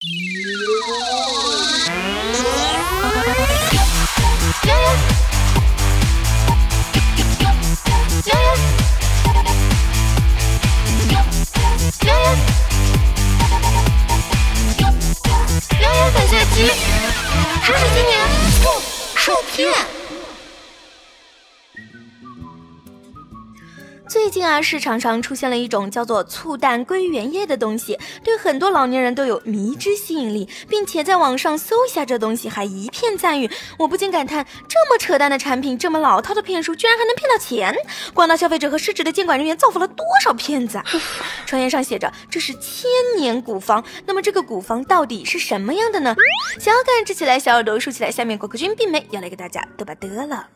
粉碎机，还是今年受骗。最近啊，市场上出现了一种叫做醋蛋归原液的东西，对很多老年人都有迷之吸引力，并且在网上搜一下这东西还一片赞誉。我不禁感叹，这么扯淡的产品，这么老套的骗术，居然还能骗到钱！广大消费者和失职的监管人员造福了多少骗子啊！传言上写着这是千年古方，那么这个古方到底是什么样的呢？想要感知起来，小耳朵竖起来，下面果壳君并没要来给大家嘚吧嘚了。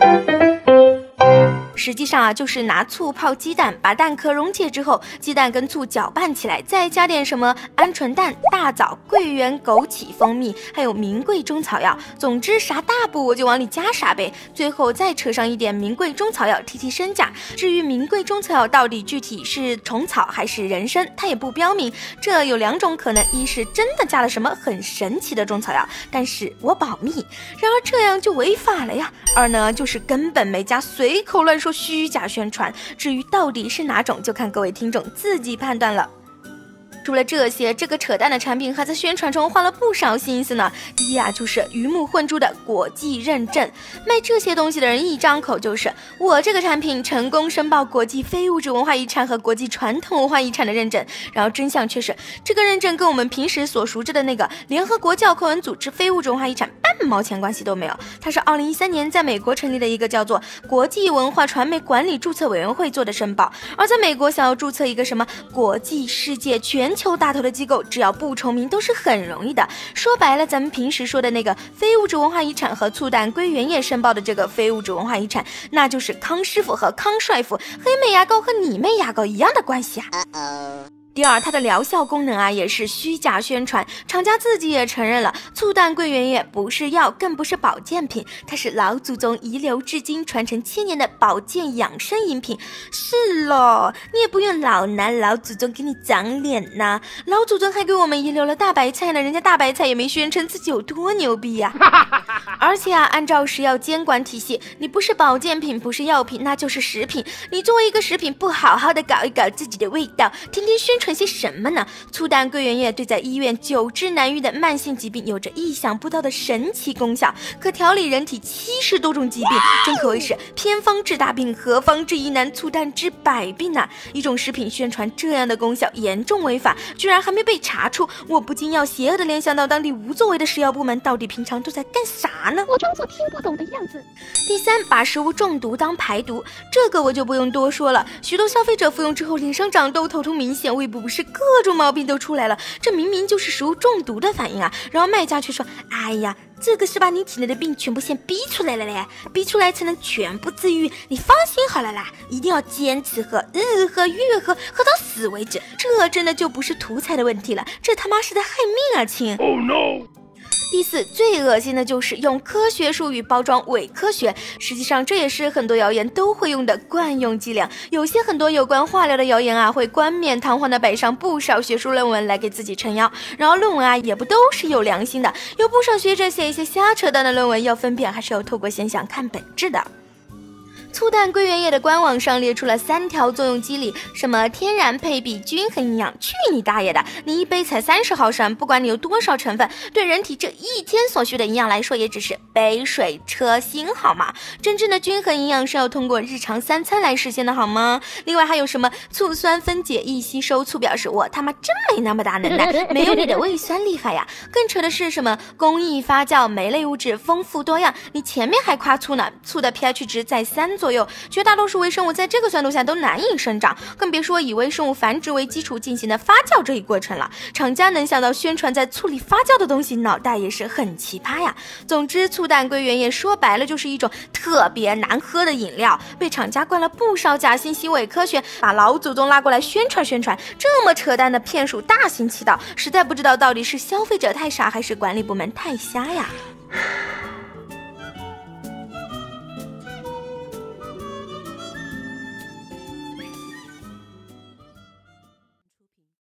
实际上啊，就是拿醋泡鸡蛋，把蛋壳溶解之后，鸡蛋跟醋搅拌起来，再加点什么鹌鹑蛋、大枣、桂圆、枸杞、蜂蜜，还有名贵中草药。总之啥大补我就往里加啥呗。最后再扯上一点名贵中草药，提身价。至于名贵中草药到底具体是虫草还是人参，它也不标明。这有两种可能，一是真的加了什么很神奇的中草药，但是我保密，然而这样就违法了呀。二呢，就是根本没加，随口乱说，虚假宣传。至于到底是哪种，就看各位听众自己判断了。除了这些，这个扯淡的产品还在宣传中花了不少心思呢。第一啊，就是鱼目混珠的国际认证，卖这些东西的人一张口就是我这个产品成功申报国际非物质文化遗产和国际传统文化遗产的认证，然后真相却是这个认证跟我们平时所熟知的那个联合国教科文组织非物质文化遗产半毛钱关系都没有。它是2013年在美国成立的一个叫做国际文化传媒管理注册委员会做的申报，而在美国想要注册一个什么国际世界全球大头的机构，只要不重名都是很容易的。说白了，咱们平时说的那个非物质文化遗产和醋蛋归原液申报的这个非物质文化遗产，那就是康师傅和康帅傅、黑妹牙膏和你妹牙膏一样的关系啊。第二，它的疗效功能啊也是虚假宣传，厂家自己也承认了，醋蛋归原液不是药，更不是保健品，它是老祖宗遗留至今传承千年的保健养生饮品。是咯，你也不用老拿老祖宗给你长脸呐，老祖宗还给我们遗留了大白菜呢，人家大白菜也没宣称自己有多牛逼呀。而且啊，按照食药监管体系，你不是保健品，不是药品，那就是食品。你作为一个食品，不好好的搞一搞自己的味道，天天宣传些什么呢？醋蛋归原液对在医院久治难愈的慢性疾病有着意想不到的神奇功效，可调理人体70多种疾病，真可谓是偏方治大病，合方治疑难，醋蛋治百病啊！一种食品宣传这样的功效，严重违法，居然还没被查出，我不禁要邪恶的联想到当地无作为的食药部门到底平常都在干啥呢？ 我装作听不懂的样子。 第三，把食物中毒当排毒，这个我就不用多说了，许多消费者服用之后脸上长痘、头痛明显、胃部不适，各种毛病都出来了，这明明就是食物中毒的反应啊！然后卖家却说，哎呀，这个是把你体内的病全部先逼出来了嘞，逼出来才能全部治愈，你放心好了啦，一定要坚持喝，日喝月喝，喝到死为止，这真的就不是图财的问题了，这他妈是在害命啊亲。Oh no！第四，最恶心的就是用科学术语包装伪科学，实际上这也是很多谣言都会用的惯用伎俩。有些很多有关化疗的谣言啊，会冠冕堂皇的摆上不少学术论文来给自己撑腰，然后论文啊也不都是有良心的，有不少学者写一些瞎扯淡的论文，要分辨还是要透过现象看本质的。醋蛋归原液的官网上列出了3条作用机理，什么天然配比均衡营养，去你大爷的！你一杯才30毫升，不管你有多少成分，对人体这一天所需的营养来说，也只是杯水车薪好吗？真正的均衡营养是要通过日常3餐来实现的好吗？另外还有什么醋酸分解易吸收，醋表示我他妈真没那么大能耐，没有你的胃酸厉害呀！更扯的是什么工艺发酵，酶类物质丰富多样，你前面还夸醋呢，醋的 pH 值在3左右，绝大多数微生物在这个酸度下都难以生长，更别说以微生物繁殖为基础进行的发酵这一过程了。厂家能想到宣传在醋里发酵的东西，脑袋也是很奇葩呀。总之，醋蛋归原液说白了就是一种特别难喝的饮料，被厂家灌了不少假信息、伪科学，把老祖宗拉过来宣传，这么扯淡的骗术大行其道，实在不知道到底是消费者太傻还是管理部门太瞎呀。